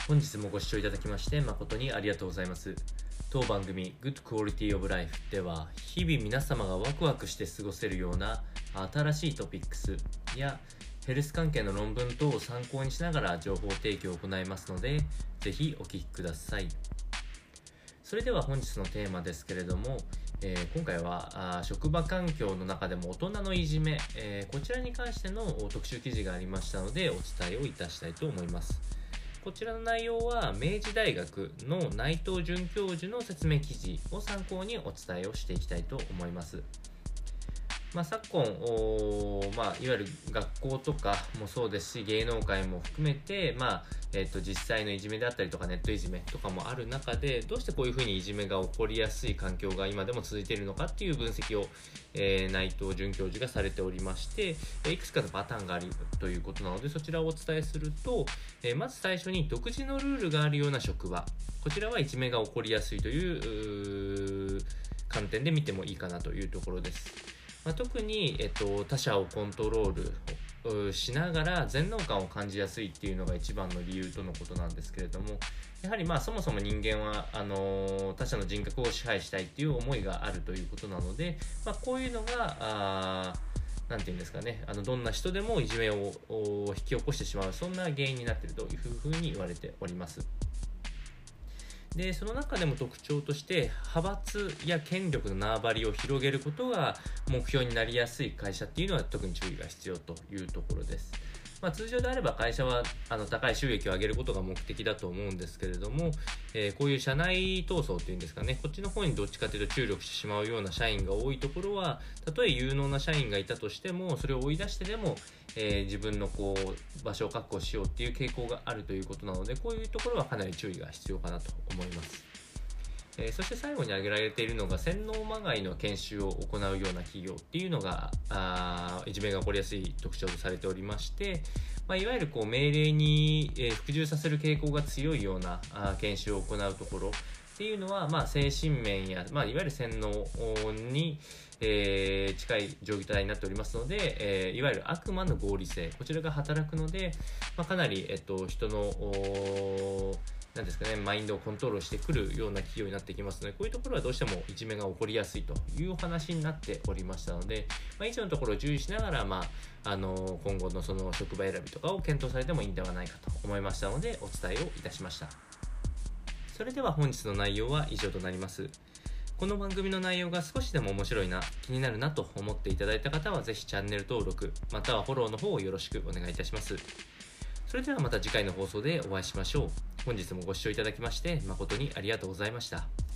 本日もご視聴いただきまして誠にありがとうございます。当番組 Good Quality of Life では、日々皆様がワクワクして過ごせるような新しいトピックスやヘルス関係の論文等を参考にしながら情報提供を行いますので、ぜひお聞きください。それでは本日のテーマですけれども、今回は職場環境の中でも大人のいじめ、こちらに関しての特集記事がありましたのでお伝えをいたしたいと思います。こちらの内容は明治大学の内藤准教授の説明記事を参考にお伝えをしていきたいと思います。昨今いわゆる学校とかもそうですし、芸能界も含めて、実際のいじめであったりとかネットいじめとかもある中で、どうしてこういうふうにいじめが起こりやすい環境が今でも続いているのかっていう分析を、内藤准教授がされておりまして、いくつかのパターンがあるということなので、そちらをお伝えすると、まず最初に独自のルールがあるような職場、こちらはいじめが起こりやすいという観点で見てもいいかなというところです。特に、他者をコントロールしながら全能感を感じやすいっていうのが一番の理由とのことなんですけれども、やはりそもそも人間は他者の人格を支配したいっていう思いがあるということなので、こういうのがなんていうんですかね、どんな人でもいじめを引き起こしてしまう、そんな原因になっているというふうに言われております。でその中でも特徴として派閥や権力の縄張りを広げることが目標になりやすい会社っていうのは特に注意が必要というところです。通常であれば会社は高い収益を上げることが目的だと思うんですけれども、こういう社内闘争っていうんですかね、こっちの方にどっちかというと注力してしまうような社員が多いところは、たとえ有能な社員がいたとしてもそれを追い出してでも、自分の場所を確保しようっていう傾向があるということなので、こういうところはかなり注意が必要かなと思います。そして最後に挙げられているのが洗脳まがいの研修を行うような企業っていうのがいじめが起こりやすい特徴とされておりまして、いわゆる命令に、服従させる傾向が強いような研修を行うところっていうのは、精神面や、いわゆる洗脳に近い状態になっておりますので、いわゆる悪魔の合理性、こちらが働くので、かなり、人のなんですかね、マインドをコントロールしてくるような企業になってきますので、こういうところはどうしてもいじめが起こりやすいというお話になっておりましたので、以上のところを注意しながら、今後のその職場選びとかを検討されてもいいんではないかと思いましたのでお伝えをいたしました。それでは本日の内容は以上となります。この番組の内容が少しでも面白いな、気になるなと思っていただいた方はぜひチャンネル登録またはフォローの方をよろしくお願いいたします。それではまた次回の放送でお会いしましょう。本日もご視聴いただきまして誠にありがとうございました。